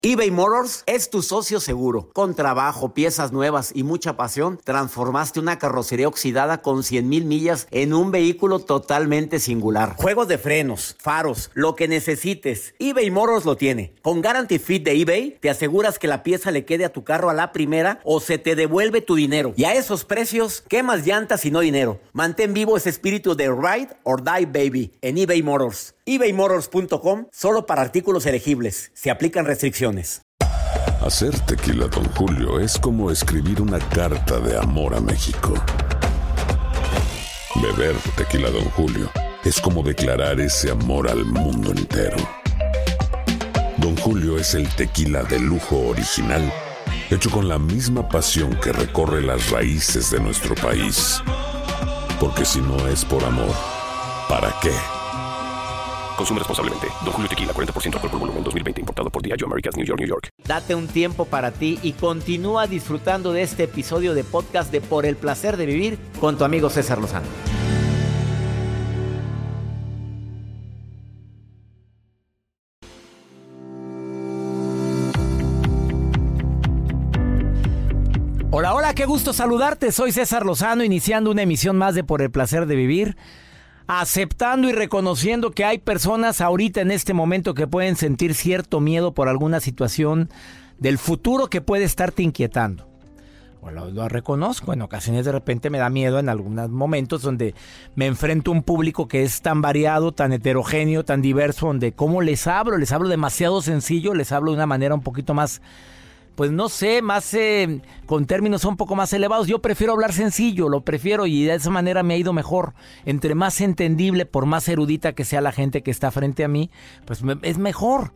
eBay Motors es tu socio seguro. Con trabajo, piezas nuevas y mucha pasión, transformaste una carrocería oxidada con 100,000 millas en un vehículo totalmente singular. Juegos de frenos, faros, lo que necesites, eBay Motors lo tiene. Con Guarantee Fit de eBay, te aseguras que la pieza le quede a tu carro a la primera o se te devuelve tu dinero. Y a esos precios, ¿qué más llantas y no dinero? Mantén vivo ese espíritu de Ride or Die Baby en eBay Motors. ebaymotors.com, solo para artículos elegibles. Se aplican restricciones. Hacer tequila Don Julio es como escribir una carta de amor a México. Beber tequila Don Julio es como declarar ese amor al mundo entero. Don Julio es el tequila de lujo original, hecho con la misma pasión que recorre las raíces de nuestro país. Porque si no es por amor, ¿para qué? Consume responsablemente. Don Julio Tequila, 40% alcohol por volumen, 2020. Importado por Diageo Americas, New York, New York. Date un tiempo para ti y continúa disfrutando de este episodio de podcast de Por el Placer de Vivir con tu amigo César Lozano. Hola, hola, qué gusto saludarte. Soy César Lozano, iniciando una emisión más de Por el Placer de Vivir. Aceptando y reconociendo que hay personas ahorita en este momento que pueden sentir cierto miedo por alguna situación del futuro que puede estarte inquietando. Lo reconozco, en ocasiones de repente me da miedo en algunos momentos donde me enfrento a un público que es tan variado, tan heterogéneo, tan diverso, donde ¿cómo les hablo demasiado sencillo, les hablo de una manera un poquito más... Pues no sé, más con términos un poco más elevados. Yo prefiero hablar sencillo, lo prefiero y de esa manera me ha ido mejor. Entre más entendible, por más erudita que sea la gente que está frente a mí, pues es mejor.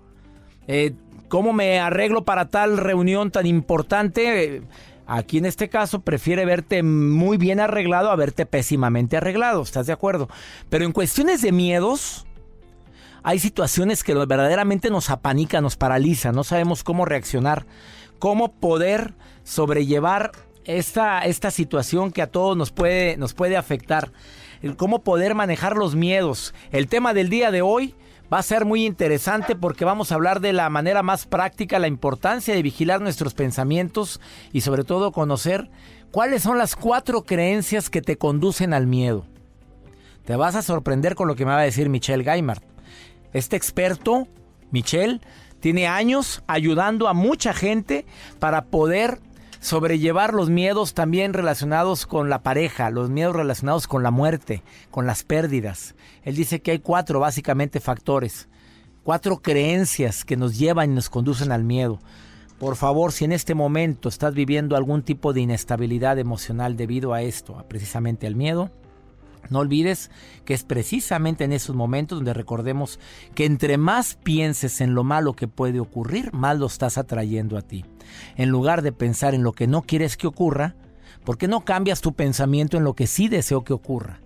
¿Cómo me arreglo para tal reunión tan importante? Aquí en este caso prefiere verte muy bien arreglado a verte pésimamente arreglado, ¿estás de acuerdo? Pero en cuestiones de miedos... Hay situaciones que verdaderamente nos apanican, nos paralizan, no sabemos cómo reaccionar, cómo poder sobrellevar esta situación que a todos nos puede afectar, cómo poder manejar los miedos. El tema del día de hoy va a ser muy interesante porque vamos a hablar de la manera más práctica, la importancia de vigilar nuestros pensamientos y sobre todo conocer cuáles son las 4 creencias que te conducen al miedo. Te vas a sorprender con lo que me va a decir Michelle Gaimard. Este experto, Michelle, tiene años ayudando a mucha gente para poder sobrellevar los miedos también relacionados con la pareja, los miedos relacionados con la muerte, con las pérdidas. Él dice que hay 4 básicamente factores, 4 creencias que nos llevan y nos conducen al miedo. Por favor, si en este momento estás viviendo algún tipo de inestabilidad emocional debido a esto, precisamente al miedo, no olvides que es precisamente en esos momentos donde recordemos que entre más pienses en lo malo que puede ocurrir, más lo estás atrayendo a ti. En lugar de pensar en lo que no quieres que ocurra, ¿por qué no cambias tu pensamiento en lo que sí deseo que ocurra?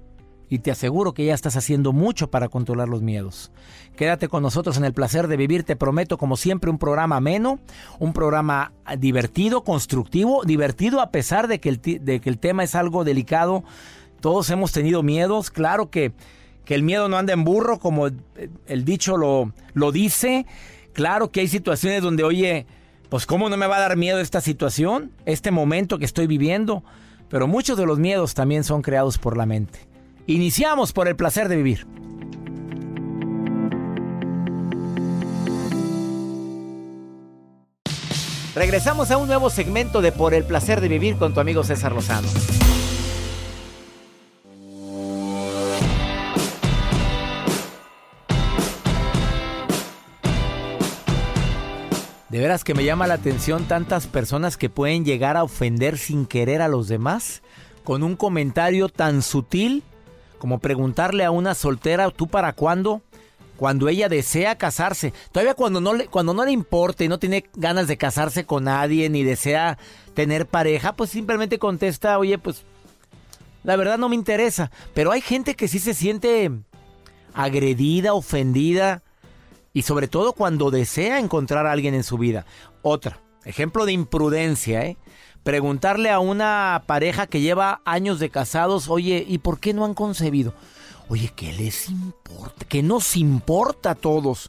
Y te aseguro que ya estás haciendo mucho para controlar los miedos. Quédate con nosotros en El Placer de Vivir. Te prometo, como siempre, un programa ameno, un programa divertido, constructivo, divertido a pesar de que el tema es algo delicado. Todos hemos tenido miedos, claro que el miedo no anda en burro, como el dicho lo dice. Claro que hay situaciones donde, oye, pues ¿cómo no me va a dar miedo esta situación, este momento que estoy viviendo? Pero muchos de los miedos también son creados por la mente. Iniciamos Por el Placer de Vivir. Regresamos a un nuevo segmento de Por el Placer de Vivir con tu amigo César Lozano. De veras que me llama la atención tantas personas que pueden llegar a ofender sin querer a los demás con un comentario tan sutil como preguntarle a una soltera, ¿tú para cuándo? Cuando ella desea casarse. Todavía cuando no le importa y no tiene ganas de casarse con nadie ni desea tener pareja, pues simplemente contesta, oye, pues la verdad no me interesa. Pero hay gente que sí se siente agredida, ofendida. Y sobre todo cuando desea encontrar a alguien en su vida. Otra, ejemplo de imprudencia, preguntarle a una pareja que lleva años de casados, oye, ¿y por qué no han concebido? Oye, ¿qué les importa? ¿Qué nos importa a todos?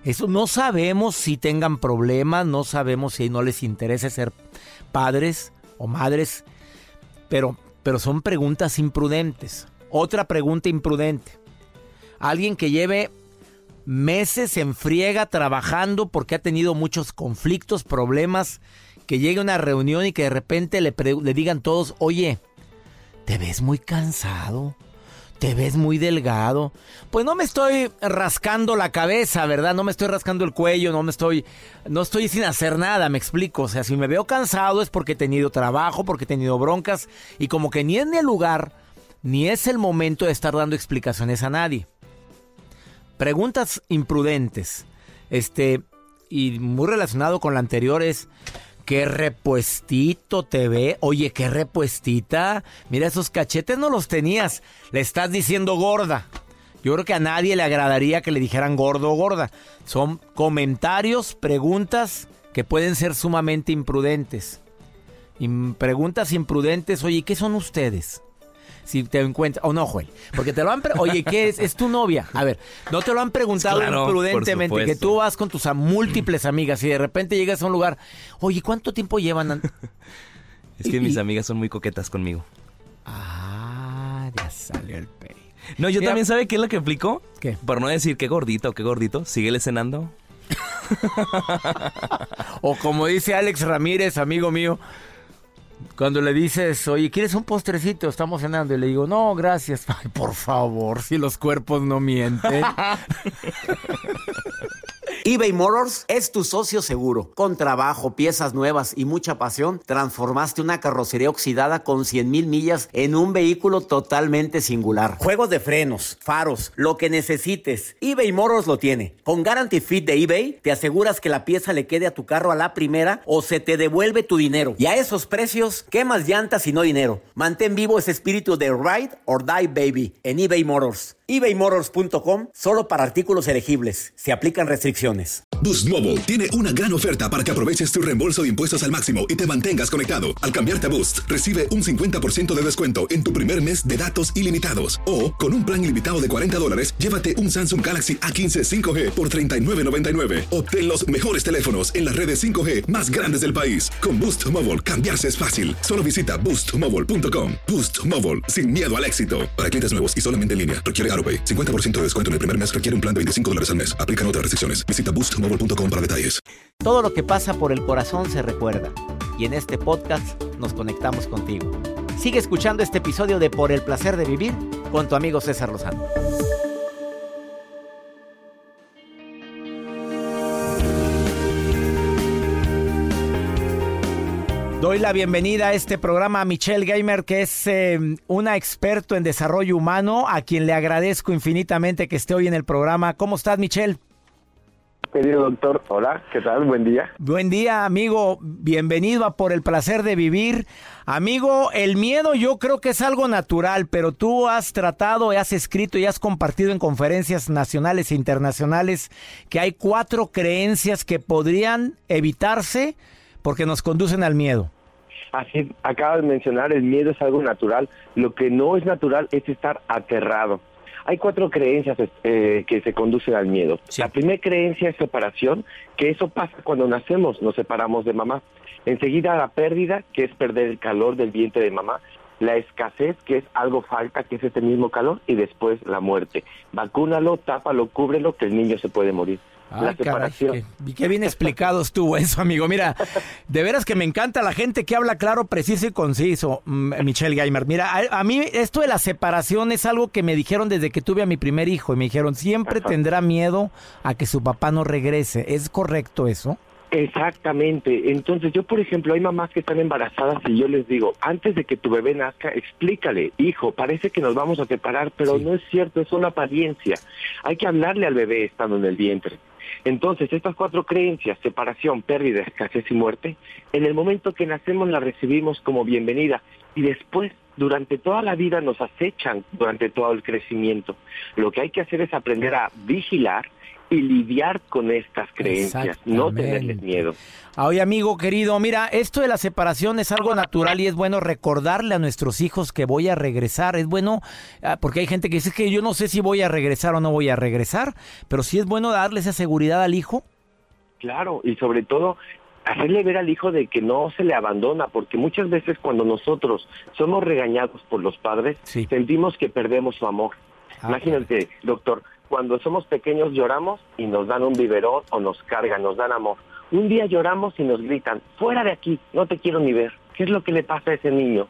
Eso no sabemos si tengan problemas, no sabemos si no les interesa ser padres o madres, pero son preguntas imprudentes. Otra pregunta imprudente. Alguien que lleve meses en friega trabajando porque ha tenido muchos conflictos, problemas, que llegue a una reunión y que de repente le digan todos, oye, ¿te ves muy cansado? ¿Te ves muy delgado? Pues no me estoy rascando la cabeza, ¿verdad? No me estoy rascando el cuello, no estoy sin hacer nada, me explico. O sea, si me veo cansado es porque he tenido trabajo, porque he tenido broncas, y como que ni es el lugar, ni es el momento de estar dando explicaciones a nadie. Preguntas imprudentes. Y muy relacionado con la anterior es, ¿qué repuestito te ve? Oye, ¿qué repuestita? Mira, esos cachetes no los tenías. Le estás diciendo gorda. Yo creo que a nadie le agradaría que le dijeran gordo o gorda. Son comentarios, preguntas que pueden ser sumamente imprudentes. Preguntas imprudentes, oye, ¿qué son ustedes? Si te encuentras, o no, Joel, porque te lo han oye, ¿qué es? Es tu novia. A ver, no te lo han preguntado claro, imprudentemente, que tú vas con tus múltiples amigas y de repente llegas a un lugar, oye, ¿cuánto tiempo llevan? Es que mis amigas son muy coquetas conmigo. Ah, ya salió el pey. No, yo también, ¿sabe qué es lo que aplicó? ¿Qué? Por no decir qué gordito o qué gordito, síguele cenando. O como dice Alex Ramírez, amigo mío, cuando le dices, oye, ¿quieres un postrecito? Estamos cenando. Y le digo, no, gracias. Ay, por favor, si los cuerpos no mienten. eBay Motors es tu socio seguro. Con trabajo, piezas nuevas y mucha pasión, transformaste una carrocería oxidada con 100,000 millas en un vehículo totalmente singular. Juegos de frenos, faros, lo que necesites, eBay Motors lo tiene. Con Guarantee Fit de eBay, te aseguras que la pieza le quede a tu carro a la primera o se te devuelve tu dinero. Y a esos precios, ¿qué más llantas y no dinero? Mantén vivo ese espíritu de Ride or Die Baby en eBay Motors. ebaymotors.com, solo para artículos elegibles. Se aplican restricciones. Boost Mobile tiene una gran oferta para que aproveches tu reembolso de impuestos al máximo y te mantengas conectado. Al cambiarte a Boost, recibe un 50% de descuento en tu primer mes de datos ilimitados. O, con un plan ilimitado de $40, llévate un Samsung Galaxy A15 5G por $39.99. Obtén los mejores teléfonos en las redes 5G más grandes del país. Con Boost Mobile, cambiarse es fácil. Solo visita boostmobile.com. Boost Mobile, sin miedo al éxito. Para clientes nuevos y solamente en línea, requiere AutoPay. 50% de descuento en el primer mes, requiere un plan de $25 al mes. Aplican otras restricciones. Visita boostmobile.com para detalles. Todo lo que pasa por el corazón se recuerda. Y en este podcast nos conectamos contigo. Sigue escuchando este episodio de Por el Placer de Vivir con tu amigo César Lozano. Doy la bienvenida a este programa a Michelle Gamer, que es una experto en desarrollo humano, a quien le agradezco infinitamente que esté hoy en el programa. ¿Cómo estás, Michelle? Querido doctor, hola, ¿qué tal? Buen día. Buen día, amigo. Bienvenido a Por el Placer de Vivir. Amigo, el miedo yo creo que es algo natural, pero tú has tratado, has escrito y has compartido en conferencias nacionales e internacionales que hay 4 creencias que podrían evitarse porque nos conducen al miedo. Así acabas de mencionar, el miedo es algo natural. Lo que no es natural es estar aterrado. Hay 4 creencias que se conducen al miedo. Sí. La primera creencia es separación, que eso pasa cuando nacemos, nos separamos de mamá. Enseguida la pérdida, que es perder el calor del vientre de mamá. La escasez, que es algo falta, que es este mismo calor. Y después la muerte. Vacúnalo, tápalo, cúbrelo, que el niño se puede morir. La separación. Caray, qué bien explicado estuvo eso, amigo. Mira, de veras que me encanta la gente que habla claro, preciso y conciso, Michelle Gamer. Mira, a mí esto de la separación es algo que me dijeron desde que tuve a mi primer hijo. Y me dijeron, siempre tendrá miedo a que su papá no regrese. ¿Es correcto eso? Exactamente. Entonces yo, por ejemplo, hay mamás que están embarazadas y yo les digo, antes de que tu bebé nazca, explícale, hijo, parece que nos vamos a separar, pero no es cierto, es una apariencia. Hay que hablarle al bebé estando en el vientre. Entonces, estas 4 creencias, separación, pérdida, escasez y muerte, en el momento que nacemos las recibimos como bienvenida. y después, durante toda la vida, nos acechan durante todo el crecimiento. Lo que hay que hacer es aprender a vigilar y lidiar con estas creencias, no tenerles miedo. Oye, amigo querido, mira, esto de la separación es algo natural y es bueno recordarle a nuestros hijos que voy a regresar. Es bueno, porque hay gente que dice que yo no sé si voy a regresar o no voy a regresar, pero sí es bueno darle esa seguridad al hijo. Claro, y sobre todo hacerle ver al hijo de que no se le abandona, porque muchas veces cuando nosotros somos regañados por los padres, sentimos que perdemos su amor. Imagínate, doctor, cuando somos pequeños lloramos y nos dan un biberón o nos cargan, nos dan amor. Un día lloramos y nos gritan, fuera de aquí, no te quiero ni ver. ¿Qué es lo que le pasa a ese niño?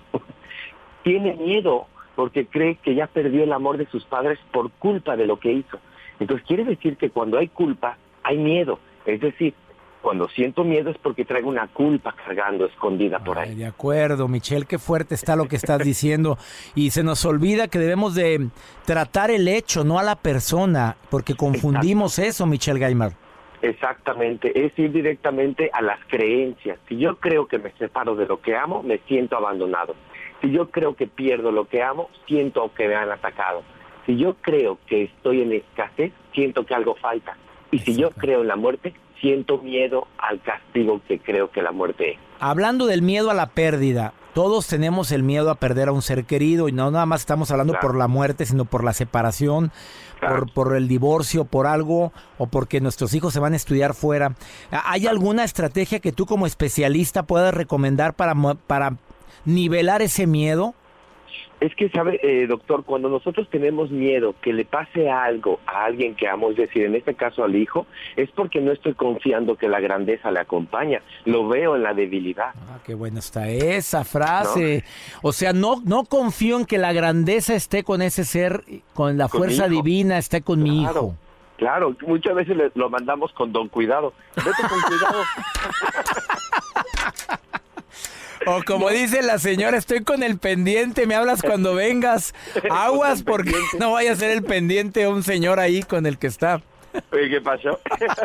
Tiene miedo porque cree que ya perdió el amor de sus padres por culpa de lo que hizo. Entonces quiere decir que cuando hay culpa, hay miedo. Es decir, cuando siento miedo es porque traigo una culpa cargando, escondida por ahí. De acuerdo, Michelle, qué fuerte está lo que estás diciendo. Y se nos olvida que debemos de tratar el hecho, no a la persona, porque confundimos eso, Michelle Gaimard. Exactamente, es ir directamente a las creencias. Si yo creo que me separo de lo que amo, me siento abandonado. Si yo creo que pierdo lo que amo, siento que me han atacado. Si yo creo que estoy en escasez, siento que algo falta. Y si yo creo en la muerte, siento miedo al castigo que creo que la muerte es. Hablando del miedo a la pérdida, todos tenemos el miedo a perder a un ser querido y no nada más estamos hablando por la muerte, sino por la separación, por el divorcio, por algo o porque nuestros hijos se van a estudiar fuera. ¿Hay alguna estrategia que tú como especialista puedas recomendar para nivelar ese miedo? Es que, ¿sabe, doctor? Cuando nosotros tenemos miedo que le pase algo a alguien que amo, es decir, en este caso al hijo, es porque no estoy confiando que la grandeza le acompaña. Lo veo en la debilidad. Qué buena está esa frase. ¿No? O sea, no confío en que la grandeza esté con ese ser, con la fuerza divina, esté con mi hijo. Claro, muchas veces lo mandamos con don cuidado. Vete con cuidado. O como dice la señora, estoy con el pendiente, me hablas cuando vengas. Aguas porque no vaya a ser el pendiente un señor ahí con el que está. Oye, ¿qué pasó?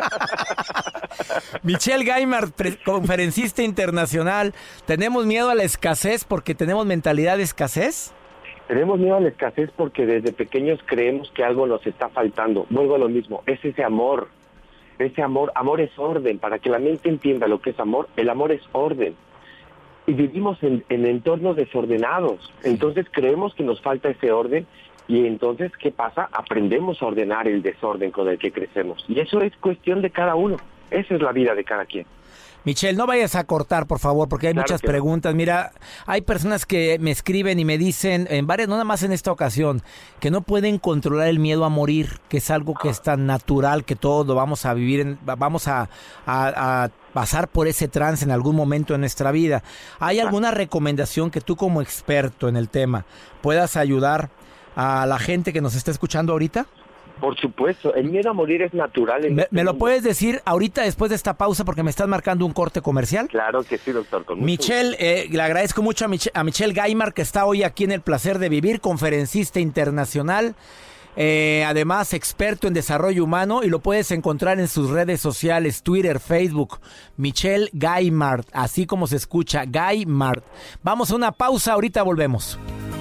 Michelle Gaimard, conferencista internacional. ¿Tenemos miedo a la escasez porque tenemos mentalidad de escasez? Tenemos miedo a la escasez porque desde pequeños creemos que algo nos está faltando. Vuelvo a lo mismo, es ese amor. Amor es orden. Para que la mente entienda lo que es amor, el amor es orden. Y vivimos en entornos desordenados. Entonces creemos que nos falta ese orden y entonces, ¿qué pasa? Aprendemos a ordenar el desorden con el que crecemos. Y eso es cuestión de cada uno. Esa es la vida de cada quien. Michelle, no vayas a cortar, por favor, porque hay muchas preguntas. Mira, hay personas que me escriben y me dicen, no nada más en esta ocasión, que no pueden controlar el miedo a morir, que es algo que es tan natural, que todos lo vamos a vivir, vamos a pasar por ese trance en algún momento de nuestra vida. ¿Hay alguna recomendación que tú como experto en el tema puedas ayudar a la gente que nos está escuchando ahorita? Por supuesto, el miedo a morir es natural. ¿Me lo puedes decir ahorita después de esta pausa porque me estás marcando un corte comercial? Claro que sí, doctor. Con Michelle, le agradezco mucho a Michelle Gaimard, que está hoy aquí en El Placer de Vivir, conferencista internacional, además experto en desarrollo humano, y lo puedes encontrar en sus redes sociales, Twitter, Facebook, Michelle Gaimard, así como se escucha, Gaimard. Vamos a una pausa, ahorita volvemos.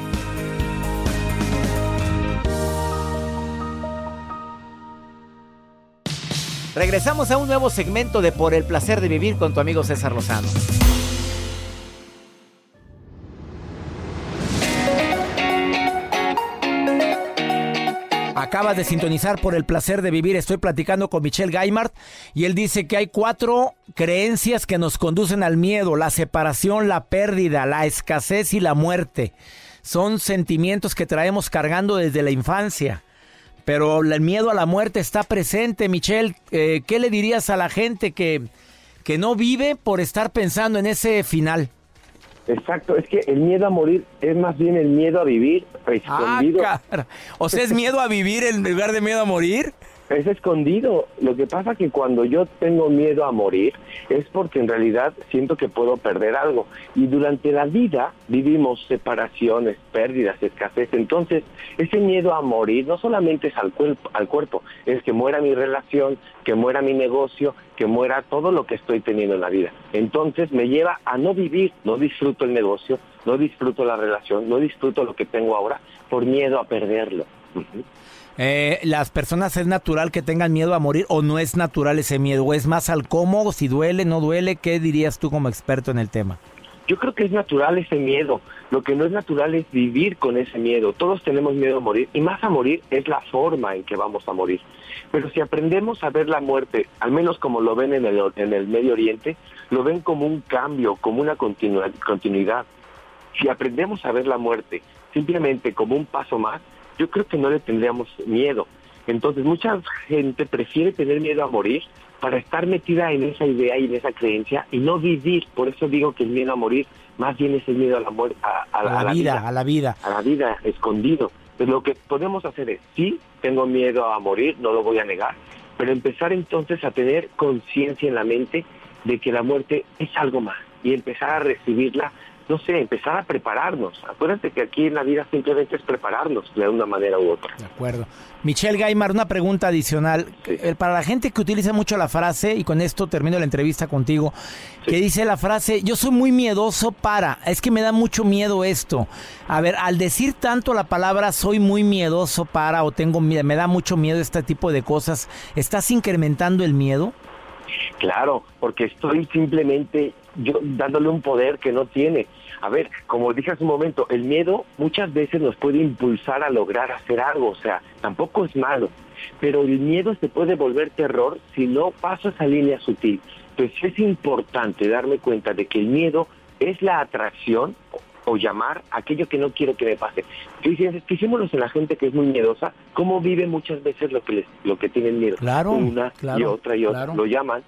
Regresamos a un nuevo segmento de Por el Placer de Vivir con tu amigo César Lozano. Acabas de sintonizar Por el Placer de Vivir. Estoy platicando con Michelle Gaimard y él dice que hay 4 creencias que nos conducen al miedo: la separación, la pérdida, la escasez y la muerte. Son sentimientos que traemos cargando desde la infancia. Pero el miedo a la muerte está presente, Michelle. ¿Qué le dirías a la gente que no vive por estar pensando en ese final? Exacto, es que el miedo a morir es más bien el miedo a vivir escondido. O sea, ¿es miedo a vivir en lugar de miedo a morir? Es escondido. Lo que pasa que cuando yo tengo miedo a morir es porque en realidad siento que puedo perder algo. Y durante la vida vivimos separaciones, pérdidas, escasez. Entonces, ese miedo a morir no solamente es al cuerpo, es que muera mi relación, que muera mi negocio, que muera todo lo que estoy teniendo en la vida. Entonces me lleva a no vivir, no disfruto el negocio, no disfruto la relación, no disfruto lo que tengo ahora por miedo a perderlo. Uh-huh. ¿Las personas es natural que tengan miedo a morir o no es natural ese miedo? ¿O es más al cómo, si duele, no duele? ¿Qué dirías tú como experto en el tema? Yo creo que es natural ese miedo. Lo que no es natural es vivir con ese miedo. Todos tenemos miedo a morir y más a morir es la forma en que vamos a morir. Pero si aprendemos a ver la muerte, al menos como lo ven en el Medio Oriente, lo ven como un cambio, como una continuidad. Si aprendemos a ver la muerte simplemente como un paso más, yo creo que no le tendríamos miedo. Entonces, mucha gente prefiere tener miedo a morir para estar metida en esa idea y en esa creencia y no vivir. Por eso digo que el miedo a morir más bien es el miedo a la muerte, a la vida, escondido. Pues lo que podemos hacer es, sí, tengo miedo a morir, no lo voy a negar, pero empezar entonces a tener conciencia en la mente de que la muerte es algo más y empezar a recibirla. No sé, empezar a prepararnos. Acuérdate que aquí en la vida simplemente es prepararnos de una manera u otra. De acuerdo. Michelle Gaimard, una pregunta adicional. Sí. Para la gente que utiliza mucho la frase, y con esto termino la entrevista contigo, sí, que dice la frase, yo soy muy miedoso es que me da mucho miedo esto. A ver, al decir tanto la palabra soy muy miedoso o me da mucho miedo este tipo de cosas, ¿estás incrementando el miedo? Claro, porque estoy simplemente yo dándole un poder que no tiene. A ver, como dije hace un momento, el miedo muchas veces nos puede impulsar a lograr hacer algo, o sea, tampoco es malo, pero el miedo se puede volver terror si no paso esa línea sutil. Entonces es importante darme cuenta de que el miedo es la atracción o llamar aquello que no quiero que me pase. Fijémonos en la gente que es muy miedosa, cómo vive muchas veces lo que tienen miedo. Claro, una claro, y otra. Claro. Lo llaman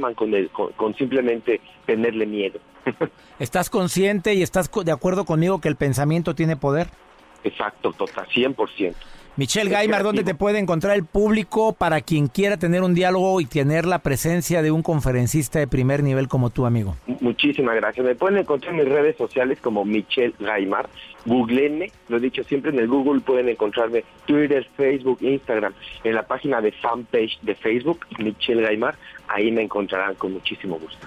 con simplemente tenerle miedo. ¿Estás consciente y estás de acuerdo conmigo que el pensamiento tiene poder? Exacto, total, 100%. Michelle Gaimard, ¿dónde te puede encontrar el público para quien quiera tener un diálogo y tener la presencia de un conferencista de primer nivel como tú, amigo? Muchísimas gracias. Me pueden encontrar en mis redes sociales como Michelle Gaimard. Googleenme, lo he dicho siempre, en el Google pueden encontrarme Twitter, Facebook, Instagram. En la página de fanpage de Facebook, Michelle Gaimard, ahí me encontrarán con muchísimo gusto.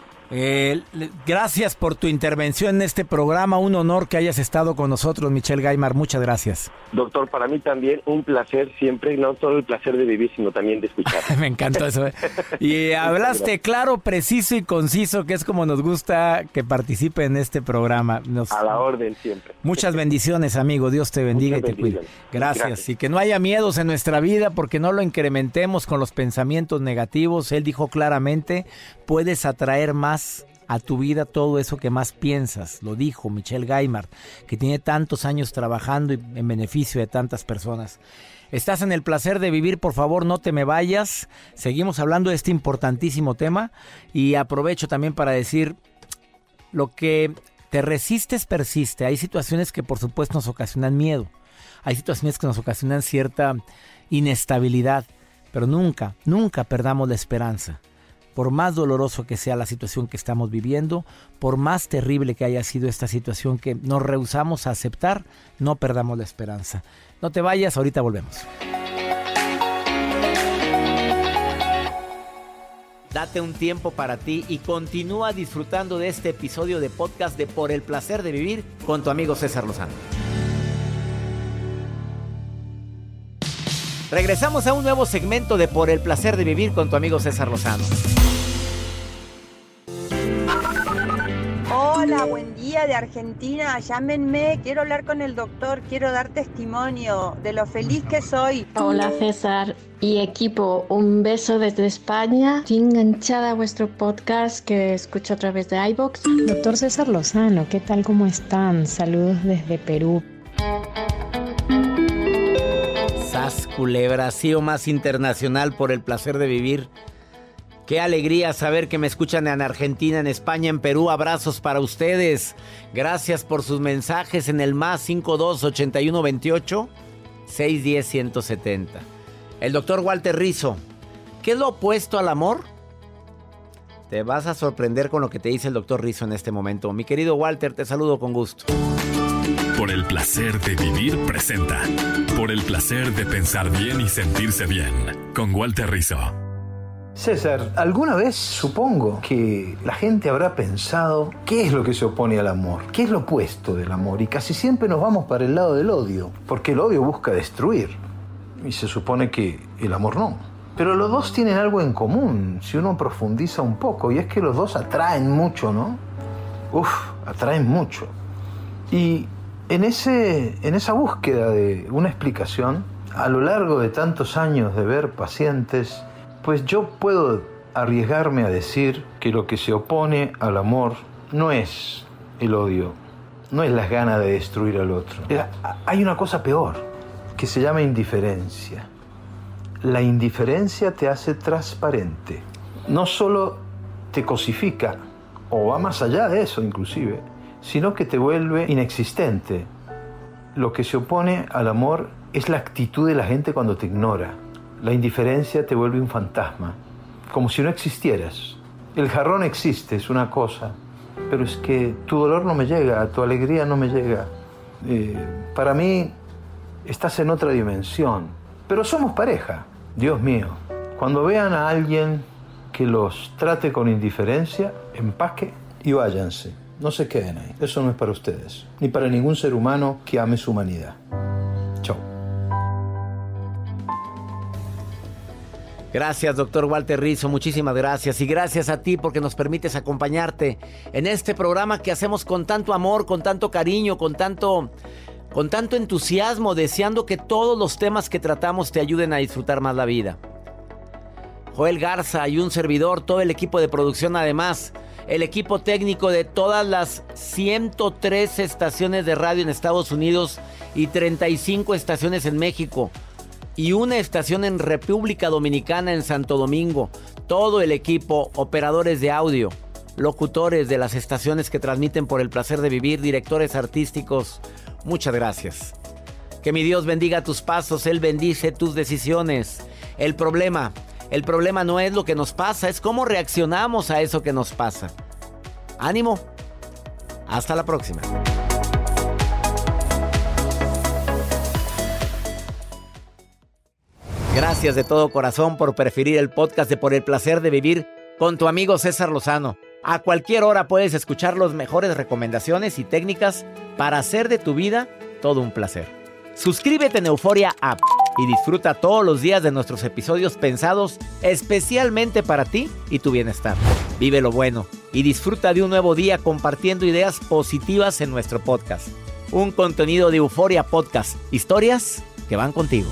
Gracias por tu intervención en este programa. Un honor que hayas estado con nosotros, Michelle Gaimard. Muchas gracias. Doctor, para mí también un placer siempre, no solo el placer de vivir, sino también de escuchar. Me encantó eso. Y hablaste claro, preciso y conciso, que es como nos gusta que participe en este programa. A la orden siempre. Muchas bendiciones, amigo. Dios te bendiga y te cuide. Gracias. Y que no haya miedos en nuestra vida, porque no lo incrementemos con los pensamientos negativos. Él dijo claramente, puedes atraer más a tu vida todo eso que más piensas. Lo dijo Michelle Gaimard, que tiene tantos años trabajando en beneficio de tantas personas. Estás en el placer de vivir, por favor no te me vayas. Seguimos hablando de este importantísimo tema y aprovecho también para decir, lo que te resistes persiste. Hay situaciones que por supuesto nos ocasionan miedo, hay situaciones que nos ocasionan cierta inestabilidad, pero nunca perdamos la esperanza. Por más doloroso que sea la situación que estamos viviendo, por más terrible que haya sido esta situación que nos rehusamos a aceptar, no perdamos la esperanza. No te vayas, ahorita volvemos. Date un tiempo para ti y continúa disfrutando de este episodio de podcast de Por el Placer de Vivir con tu amigo César Lozano. Regresamos a un nuevo segmento de Por el Placer de Vivir con tu amigo César Lozano. Hola, buen día de Argentina, llámenme, quiero hablar con el doctor, quiero dar testimonio de lo feliz que soy. Hola César y equipo, un beso desde España, estoy enganchada a vuestro podcast que escucho a través de iVoox. Doctor César Lozano, ¿qué tal? ¿Cómo están? Saludos desde Perú. Sas Culebra, sí o más internacional Por el Placer de Vivir. Qué alegría saber que me escuchan en Argentina, en España, en Perú. Abrazos para ustedes. Gracias por sus mensajes en el más 52 81 28 610 170. El doctor Walter Rizzo ¿Qué es lo opuesto al amor? Te vas a sorprender con lo que te dice el doctor Rizzo en este momento. Mi querido Walter, te saludo con gusto. Por el placer de vivir presenta. Por el placer de pensar bien y sentirse bien. Con Walter Rizzo. César, alguna vez supongo que la gente habrá pensado qué es lo que se opone al amor, qué es lo opuesto del amor, y casi siempre nos vamos para el lado del odio, porque el odio busca destruir y se supone que el amor no. Pero los dos tienen algo en común si uno profundiza un poco, y es que los dos atraen mucho, ¿no? Atraen mucho. Y en esa búsqueda de una explicación, a lo largo de tantos años de ver pacientes, pues yo puedo arriesgarme a decir que lo que se opone al amor no es el odio, no es las ganas de destruir al otro. Hay una cosa peor, que se llama indiferencia. La indiferencia te hace transparente. No solo te cosifica, o va más allá de eso inclusive, sino que te vuelve inexistente. Lo que se opone al amor es la actitud de la gente cuando te ignora. La indiferencia te vuelve un fantasma, como si no existieras. El jarrón existe, es una cosa, pero es que tu dolor no me llega, tu alegría no me llega. Para mí, estás en otra dimensión. Pero somos pareja, Dios mío. Cuando vean a alguien que los trate con indiferencia, empaque y váyanse. No se queden ahí. Eso no es para ustedes, ni para ningún ser humano que ame su humanidad. Chao. Gracias, doctor Walter Rizzo, muchísimas gracias. Y gracias a ti porque nos permites acompañarte en este programa que hacemos con tanto amor, con tanto cariño, con tanto entusiasmo, deseando que todos los temas que tratamos te ayuden a disfrutar más la vida. Joel Garza y un servidor, todo el equipo de producción, además, el equipo técnico de todas las 103 estaciones de radio en Estados Unidos y 35 estaciones en México. Y una estación en República Dominicana, en Santo Domingo. Todo el equipo, operadores de audio, locutores de las estaciones que transmiten por el placer de vivir, directores artísticos. Muchas gracias. Que mi Dios bendiga tus pasos, Él bendice tus decisiones. El problema no es lo que nos pasa, es cómo reaccionamos a eso que nos pasa. ¡Ánimo! Hasta la próxima. Gracias de todo corazón por preferir el podcast de Por el Placer de Vivir con tu amigo César Lozano. A cualquier hora puedes escuchar las mejores recomendaciones y técnicas para hacer de tu vida todo un placer. Suscríbete en Euforia App y disfruta todos los días de nuestros episodios pensados especialmente para ti y tu bienestar. Vive lo bueno y disfruta de un nuevo día compartiendo ideas positivas en nuestro podcast. Un contenido de Euforia Podcast. Historias que van contigo.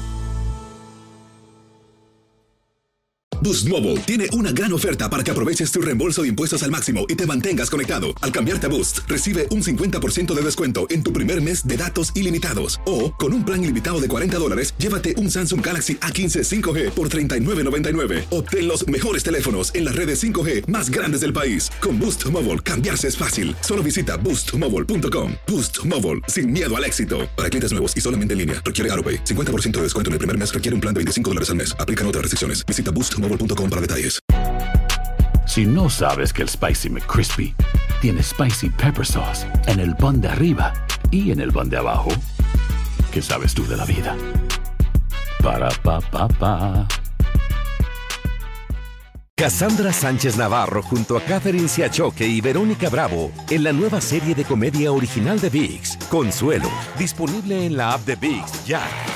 Boost Mobile tiene una gran oferta para que aproveches tu reembolso de impuestos al máximo y te mantengas conectado. Al cambiarte a Boost, recibe un 50% de descuento en tu primer mes de datos ilimitados. O, con un plan ilimitado de $40, llévate un Samsung Galaxy A15 5G por $39.99. Obtén los mejores teléfonos en las redes 5G más grandes del país. Con Boost Mobile, cambiarse es fácil. Solo visita boostmobile.com. Boost Mobile, sin miedo al éxito. Para clientes nuevos y solamente en línea, requiere AutoPay. 50% de descuento en el primer mes requiere un plan de $25 al mes. Aplican otras restricciones. Visita boostmobile.com para detalles. Si no sabes que el Spicy McCrispy tiene Spicy Pepper Sauce en el pan de arriba y en el pan de abajo, ¿qué sabes tú de la vida? Para, pa, pa, pa. Cassandra Sánchez Navarro junto a Catherine Siachoque y Verónica Bravo en la nueva serie de comedia original de ViX, Consuelo, disponible en la app de ViX ya.